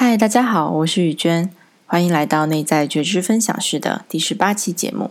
嗨，大家好，我是雨娟，欢迎来到内在觉知分享室的第18期节目。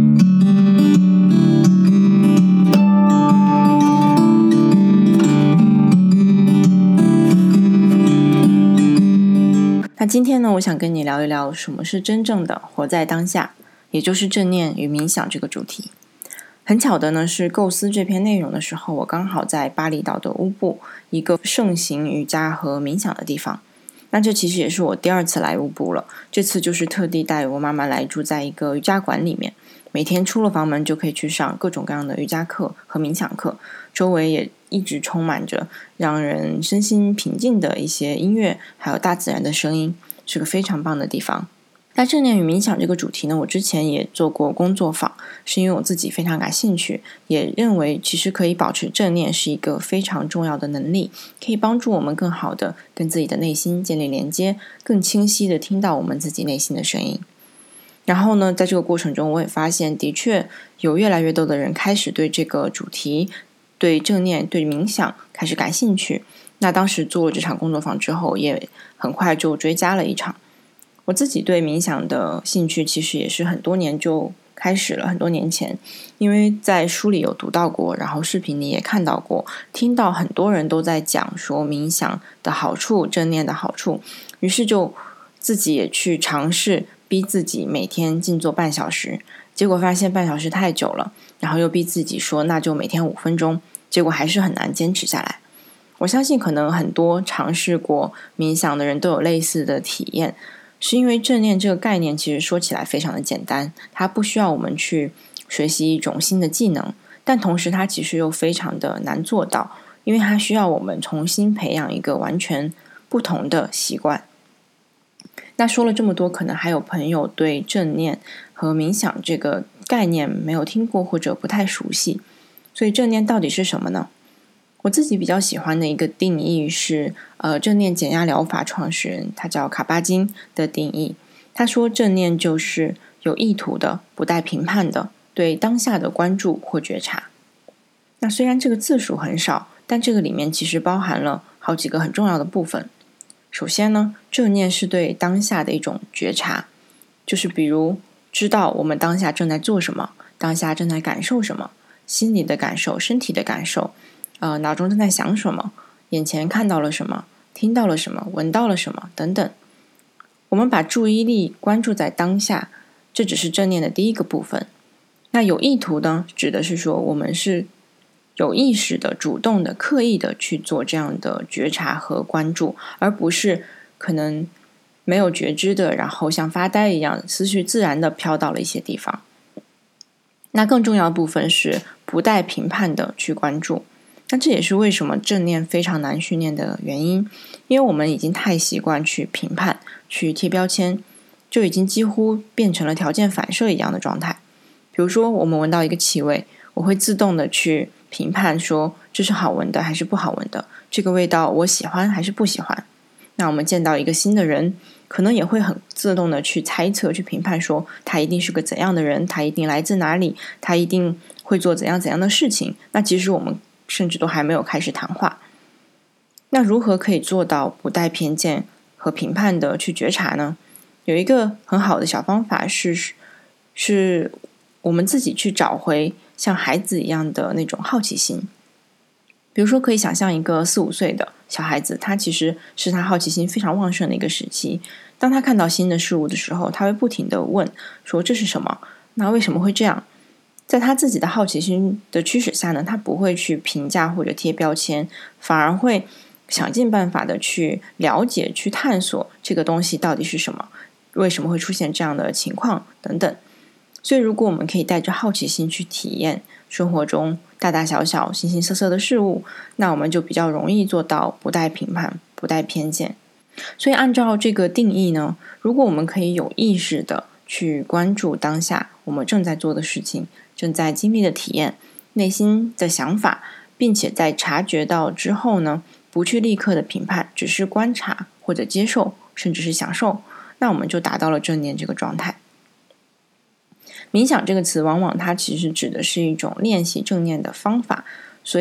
那今天呢，我想跟你聊一聊什么是真正的活在当下，也就是正念与冥想这个主题。很巧的呢，是构思这篇内容的时候，我刚好在巴厘岛的乌布，一个盛行瑜伽和冥想的地方。那这其实也是我第2次来乌布了，这次就是特地带我妈妈来住在一个瑜伽馆里面，每天出了房门就可以去上各种各样的瑜伽课和冥想课，周围也一直充满着让人身心平静的一些音乐，还有大自然的声音，是个非常棒的地方。那正念与冥想这个主题呢，我之前也做过工作坊，是因为我自己非常感兴趣，也认为其实可以保持正念是一个非常重要的能力，可以帮助我们更好的跟自己的内心建立连接，更清晰的听到我们自己内心的声音。然后呢，在这个过程中我也发现，的确有越来越多的人开始对这个主题，对正念、对冥想开始感兴趣。那当时做了这场工作坊之后，也很快就追加了一场。我自己对冥想的兴趣其实也是很多年就开始了，很多年前，因为在书里有读到过，然后视频里也看到过，听到很多人都在讲说冥想的好处，正念的好处，于是就自己也去尝试逼自己每天静坐半小时，结果发现半小时太久了，然后又逼自己说那就每天5分钟，结果还是很难坚持下来。我相信可能很多尝试过冥想的人都有类似的体验，是因为正念这个概念其实说起来非常的简单，它不需要我们去学习一种新的技能，但同时它其实又非常的难做到，因为它需要我们重新培养一个完全不同的习惯。那说了这么多，可能还有朋友对正念和冥想这个概念没有听过或者不太熟悉，所以正念到底是什么呢？我自己比较喜欢的一个定义是正念减压疗法创始人他叫卡巴金的定义。他说正念就是有意图的、不带评判的对当下的关注或觉察。那虽然这个字数很少，但这个里面其实包含了好几个很重要的部分。首先呢，正念是对当下的一种觉察，就是比如知道我们当下正在做什么，当下正在感受什么，心理的感受、身体的感受，脑中正在想什么，眼前看到了什么，听到了什么，闻到了什么等等。我们把注意力关注在当下，这只是正念的第一个部分。那有意图呢，指的是说我们是有意识的、主动的、刻意的去做这样的觉察和关注，而不是可能没有觉知的，然后像发呆一样，思绪自然的飘到了一些地方。那更重要的部分是不带评判的去关注。那这也是为什么正念非常难训练的原因，因为我们已经太习惯去评判、去贴标签，就已经几乎变成了条件反射一样的状态。比如说我们闻到一个气味，我会自动的去评判说这是好闻的还是不好闻的，这个味道我喜欢还是不喜欢。那我们见到一个新的人，可能也会很自动的去猜测、去评判说他一定是个怎样的人，他一定来自哪里，他一定会做怎样怎样的事情。那其实我们甚至都还没有开始谈话。那如何可以做到不带偏见和评判的去觉察呢？有一个很好的小方法是我们自己去找回像孩子一样的那种好奇心。比如说可以想象一个4、5岁的小孩子，他其实是他好奇心非常旺盛的一个时期。当他看到新的事物的时候，他会不停地问说这是什么？那为什么会这样？在他自己的好奇心的驱使下呢，他不会去评价或者贴标签，反而会想尽办法的去了解、去探索这个东西到底是什么，为什么会出现这样的情况等等。所以如果我们可以带着好奇心去体验生活中大大小小、形形色色的事物，那我们就比较容易做到不带评判、不带偏见。所以按照这个定义呢，如果我们可以有意识的去关注当下我们正在做的事情，正在经历的体验，内心的想法，并且在察觉到之后呢，不去立刻的评判，只是观察或者接受，甚至是享受，那我们就达到了正念这个状态。冥想这个词往往它其实指的是一种练习正念的方法，所以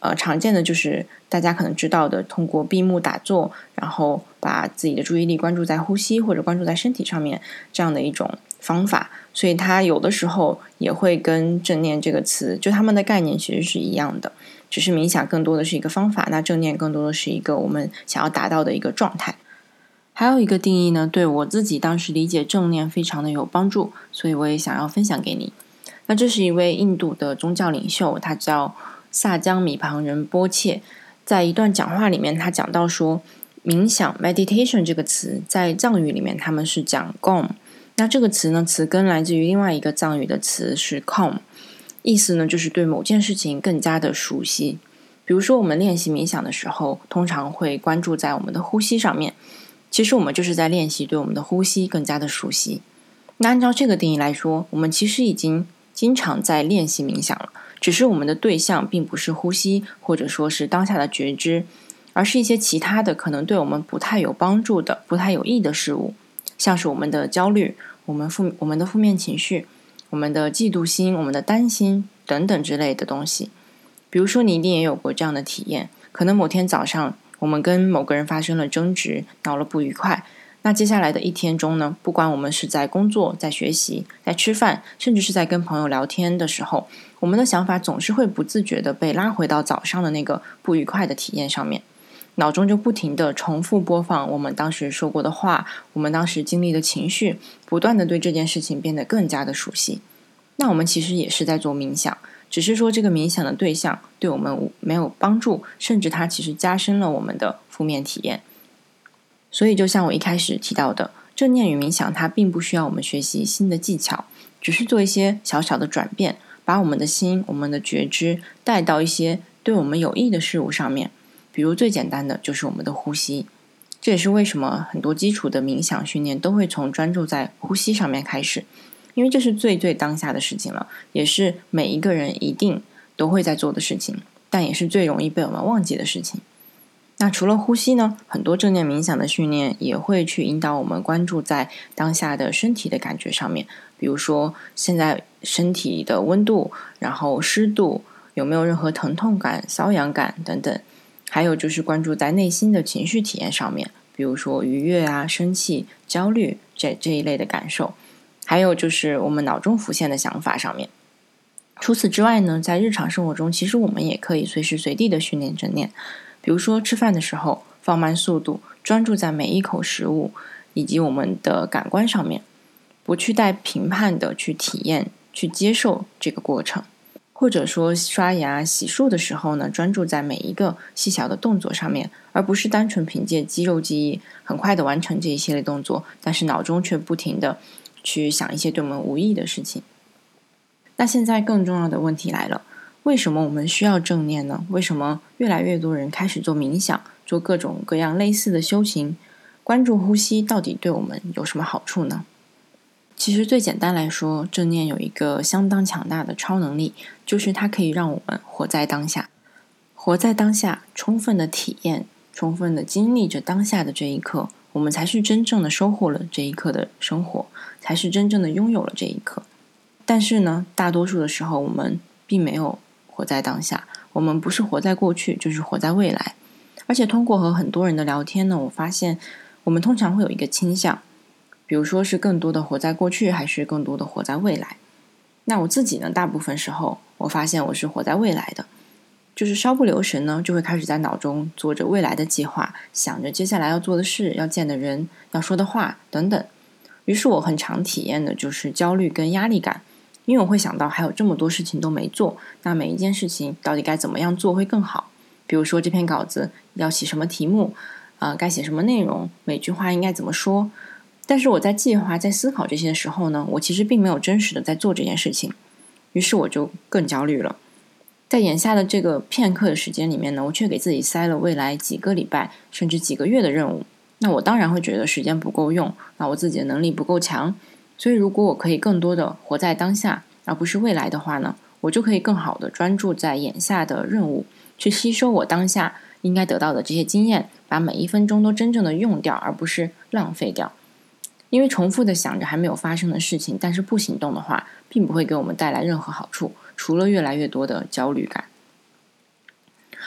常见的就是大家可能知道的，通过闭目打坐，然后把自己的注意力关注在呼吸或者关注在身体上面这样的一种方法。所以它有的时候也会跟正念这个词，就他们的概念其实是一样的，只是冥想更多的是一个方法，那正念更多的是一个我们想要达到的一个状态。还有一个定义呢，对我自己当时理解正念非常的有帮助，所以我也想要分享给你。那这是一位印度的宗教领袖，他叫萨姜米庞仁波切，在一段讲话里面，他讲到说，冥想 meditation 这个词在藏语里面他们是讲 gom， 那这个词呢，词根来自于另外一个藏语的词是 com， 意思呢就是对某件事情更加的熟悉。比如说我们练习冥想的时候，通常会关注在我们的呼吸上面，其实我们就是在练习对我们的呼吸更加的熟悉。那按照这个定义来说，我们其实已经经常在练习冥想了，只是我们的对象并不是呼吸，或者说是当下的觉知，而是一些其他的可能对我们不太有帮助的、不太有益的事物，像是我们的焦虑、我们的负面情绪、我们的嫉妒心、我们的担心等等之类的东西。比如说你一定也有过这样的体验，可能某天早上我们跟某个人发生了争执，闹了不愉快，那接下来的一天中呢，不管我们是在工作、在学习、在吃饭，甚至是在跟朋友聊天的时候，我们的想法总是会不自觉地被拉回到早上的那个不愉快的体验上面，脑中就不停地重复播放我们当时说过的话，我们当时经历的情绪，不断地对这件事情变得更加的熟悉。那我们其实也是在做冥想，只是说这个冥想的对象对我们没有帮助，甚至它其实加深了我们的负面体验。所以就像我一开始提到的，正念与冥想它并不需要我们学习新的技巧，只是做一些小小的转变，把我们的心、我们的觉知带到一些对我们有益的事物上面。比如最简单的就是我们的呼吸，这也是为什么很多基础的冥想训练都会从专注在呼吸上面开始，因为这是最当下的事情了，也是每一个人一定都会在做的事情，但也是最容易被我们忘记的事情。那除了呼吸呢，很多正念冥想的训练也会去引导我们关注在当下的身体的感觉上面，比如说现在身体的温度，然后湿度，有没有任何疼痛感、瘙痒感等等。还有就是关注在内心的情绪体验上面，比如说愉悦啊、生气、焦虑这一类的感受。还有就是我们脑中浮现的想法上面。除此之外呢，在日常生活中，其实我们也可以随时随地的训练正念。比如说吃饭的时候放慢速度，专注在每一口食物以及我们的感官上面，不去带评判的去体验、去接受这个过程。或者说刷牙洗漱的时候呢，专注在每一个细小的动作上面，而不是单纯凭借肌肉记忆很快的完成这一系列动作，但是脑中却不停的去想一些对我们无益的事情。那现在更重要的问题来了，为什么我们需要正念呢？为什么越来越多人开始做冥想，做各种各样类似的修行？关注呼吸到底对我们有什么好处呢？其实最简单来说，正念有一个相当强大的超能力，就是它可以让我们活在当下。活在当下，充分的体验，充分的经历着当下的这一刻，我们才是真正的收获了这一刻的生活，才是真正的拥有了这一刻。但是呢，大多数的时候我们并没有活在当下，我们不是活在过去，就是活在未来。而且通过和很多人的聊天呢，我发现我们通常会有一个倾向，比如说是更多的活在过去，还是更多的活在未来。那我自己呢，大部分时候我发现我是活在未来的，就是稍不留神呢，就会开始在脑中做着未来的计划，想着接下来要做的事、要见的人、要说的话等等。于是我很常体验的就是焦虑跟压力感，因为我会想到还有这么多事情都没做，那每一件事情到底该怎么样做会更好？比如说这篇稿子要写什么题目，该写什么内容，每句话应该怎么说。但是我在计划、在思考这些的时候呢，我其实并没有真实的在做这件事情，于是我就更焦虑了。在眼下的这个片刻的时间里面呢，我却给自己塞了未来几个礼拜甚至几个月的任务，那我当然会觉得时间不够用，那我自己的能力不够强。所以如果我可以更多的活在当下，而不是未来的话呢，我就可以更好的专注在眼下的任务，去吸收我当下应该得到的这些经验，把每一分钟都真正的用掉，而不是浪费掉。因为重复的想着还没有发生的事情，但是不行动的话，并不会给我们带来任何好处，除了越来越多的焦虑感。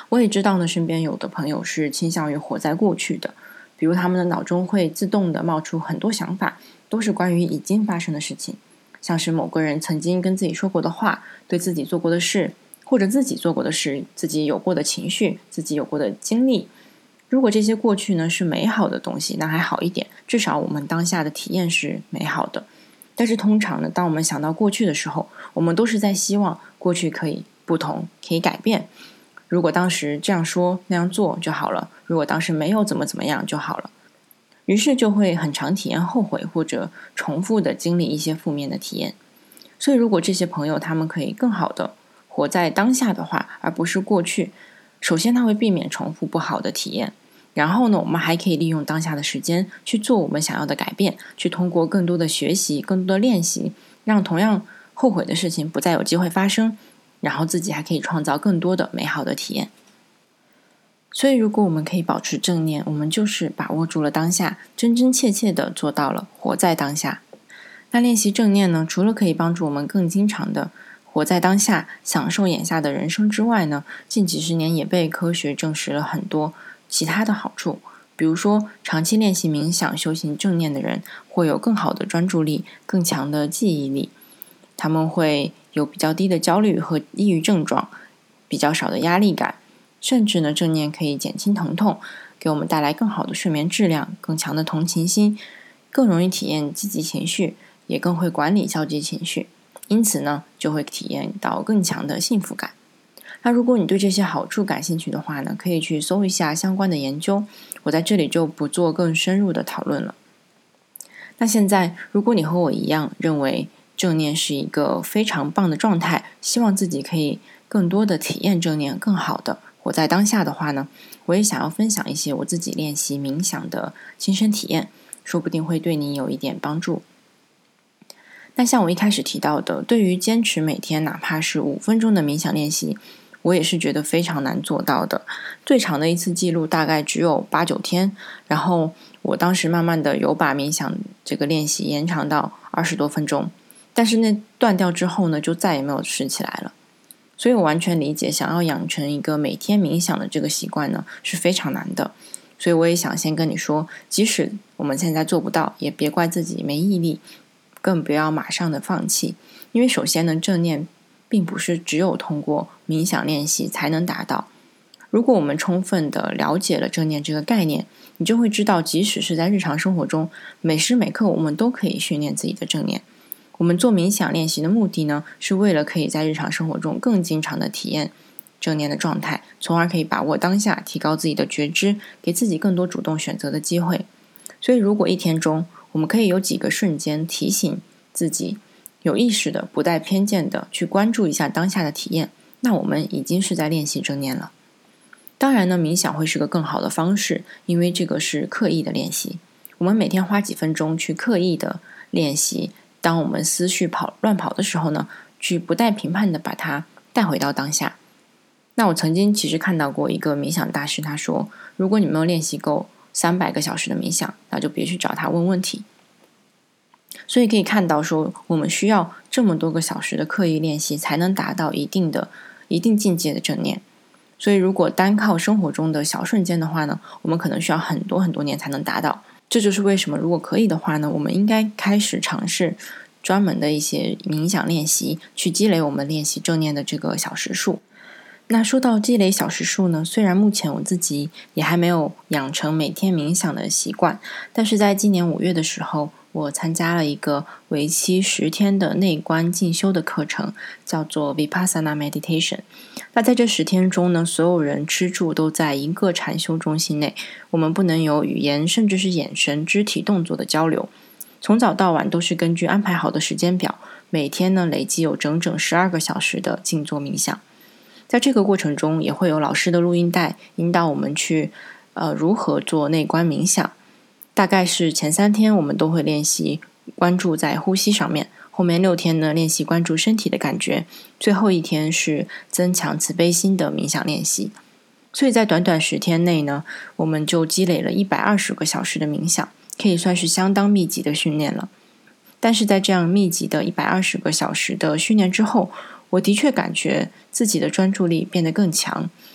我也知道呢，身边有的朋友是倾向于活在过去的，比如他们的脑中会自动的冒出很多想法，都是关于已经发生的事情，像是某个人曾经跟自己说过的话，对自己做过的事，或者自己做过的事，自己有过的情绪，自己有过的经历。如果这些过去呢是美好的东西，那还好一点，至少我们当下的体验是美好的。但是通常呢，当我们想到过去的时候，我们都是在希望过去可以不同，可以改变。如果当时这样说那样做就好了，如果当时没有怎么样就好了。于是就会很常体验后悔，或者重复的经历一些负面的体验。所以如果这些朋友他们可以更好的活在当下的话，而不是过去，首先他会避免重复不好的体验，然后呢，我们还可以利用当下的时间去做我们想要的改变，去通过更多的学习，更多的练习，让同样后悔的事情不再有机会发生，然后自己还可以创造更多的美好的体验。所以如果我们可以保持正念，我们就是把握住了当下，真真切切的做到了活在当下。那练习正念呢，除了可以帮助我们更经常的活在当下，享受眼下的人生之外呢，近几十年也被科学证实了很多其他的好处。比如说，长期练习冥想、修行正念的人会有更好的专注力、更强的记忆力，他们会有比较低的焦虑和抑郁症状，比较少的压力感，甚至呢，正念可以减轻疼痛，给我们带来更好的睡眠质量、更强的同情心，更容易体验积极情绪，也更会管理消极情绪，因此呢，就会体验到更强的幸福感。那如果你对这些好处感兴趣的话呢，可以去搜一下相关的研究，我在这里就不做更深入的讨论了。那现在，如果你和我一样认为正念是一个非常棒的状态，希望自己可以更多的体验正念，更好的活在当下的话呢，我也想要分享一些我自己练习冥想的亲身体验，说不定会对你有一点帮助。那像我一开始提到的，对于坚持每天哪怕是5分钟的冥想练习，我也是觉得非常难做到的。最长的一次记录大概只有8-9天，然后我当时慢慢的有把冥想这个练习延长到20多分钟，但是那断掉之后呢，就再也没有拾起来了。所以我完全理解，想要养成一个每天冥想的这个习惯呢，是非常难的。所以我也想先跟你说，即使我们现在做不到，也别怪自己没毅力，更不要马上的放弃。因为首先呢，正念并不是只有通过冥想练习才能达到。如果我们充分的了解了正念这个概念，你就会知道，即使是在日常生活中，每时每刻我们都可以训练自己的正念。我们做冥想练习的目的呢，是为了可以在日常生活中更经常的体验正念的状态，从而可以把握当下，提高自己的觉知，给自己更多主动选择的机会。所以如果一天中我们可以有几个瞬间提醒自己，有意识的、不带偏见的去关注一下当下的体验，那我们已经是在练习正念了。当然呢，冥想会是个更好的方式，因为这个是刻意的练习。我们每天花几分钟去刻意的练习，当我们思绪乱跑的时候呢，去不带评判的把它带回到当下。那我曾经其实看到过一个冥想大师，他说，如果你没有练习够300个小时的冥想，那就别去找他问问题。所以可以看到说，我们需要这么多个小时的刻意练习，才能达到一定境界的正念。所以如果单靠生活中的小瞬间的话呢，我们可能需要很多很多年才能达到。这就是为什么如果可以的话呢，我们应该开始尝试专门的一些冥想练习，去积累我们练习正念的这个小时数。那说到积累小时数呢，虽然目前我自己也还没有养成每天冥想的习惯，但是在今年5月的时候，我参加了一个为期10天的内观静修的课程，叫做 Vipassana Meditation。 那在这10天中呢，所有人吃住都在一个禅修中心内，我们不能有语言甚至是眼神、肢体动作的交流，从早到晚都是根据安排好的时间表，每天呢累计有整整12个小时的静坐冥想。在这个过程中也会有老师的录音带引导我们去如何做内观冥想。大概是前3天我们都会练习关注在呼吸上面，后面6天呢练习关注身体的感觉，最后1天是增强慈悲心的冥想练习。所以在短短10天内呢，我们就积累了120个小时的冥想，可以算是相当密集的训练了。但是在这样密集的120个小时的训练之后，我的确感觉自己的专注力变得更强，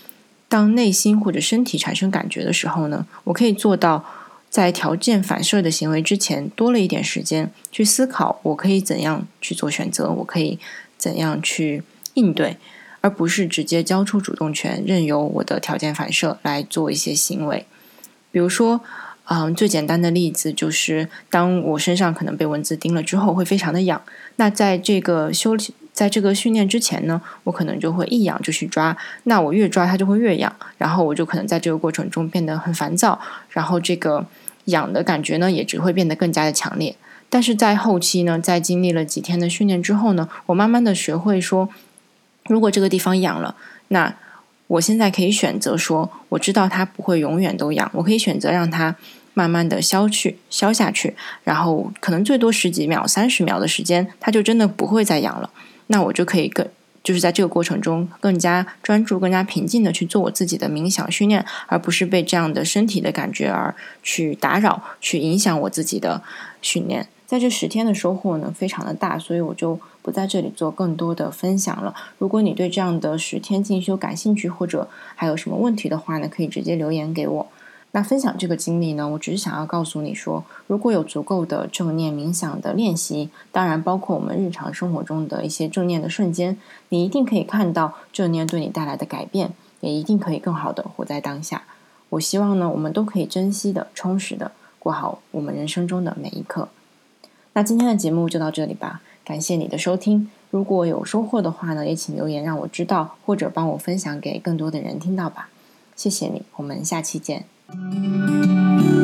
当内心或者身体产生感觉的时候呢，我可以做到在条件反射的行为之前多了一点时间去思考我可以怎样去做选择，我可以怎样去应对，而不是直接交出主动权，任由我的条件反射来做一些行为。比如说最简单的例子就是，当我身上可能被蚊子叮了之后会非常的痒，那在这个训练之前呢，我可能就会一痒就去抓，那我越抓它就会越痒，然后我就可能在这个过程中变得很烦躁，然后这个痒的感觉呢也只会变得更加的强烈。但是在后期呢，在经历了几天的训练之后呢，我慢慢的学会说，如果这个地方痒了，那我现在可以选择说，我知道它不会永远都痒，我可以选择让它慢慢的消下去，然后可能最多10几秒、30秒的时间，它就真的不会再痒了。那我就可以就是在这个过程中更加专注、更加平静的去做我自己的冥想训练，而不是被这样的身体的感觉而去打扰、去影响我自己的训练。在这10天的收获呢，非常的大，所以我就不在这里做更多的分享了。如果你对这样的10天进修感兴趣，或者还有什么问题的话呢，可以直接留言给我。那分享这个经历呢，我只是想要告诉你说，如果有足够的正念冥想的练习，当然包括我们日常生活中的一些正念的瞬间，你一定可以看到正念对你带来的改变，也一定可以更好的活在当下。我希望呢，我们都可以珍惜的、充实的过好我们人生中的每一刻。那今天的节目就到这里吧，感谢你的收听。如果有收获的话呢，也请留言让我知道，或者帮我分享给更多的人听到吧。谢谢你，我们下期见。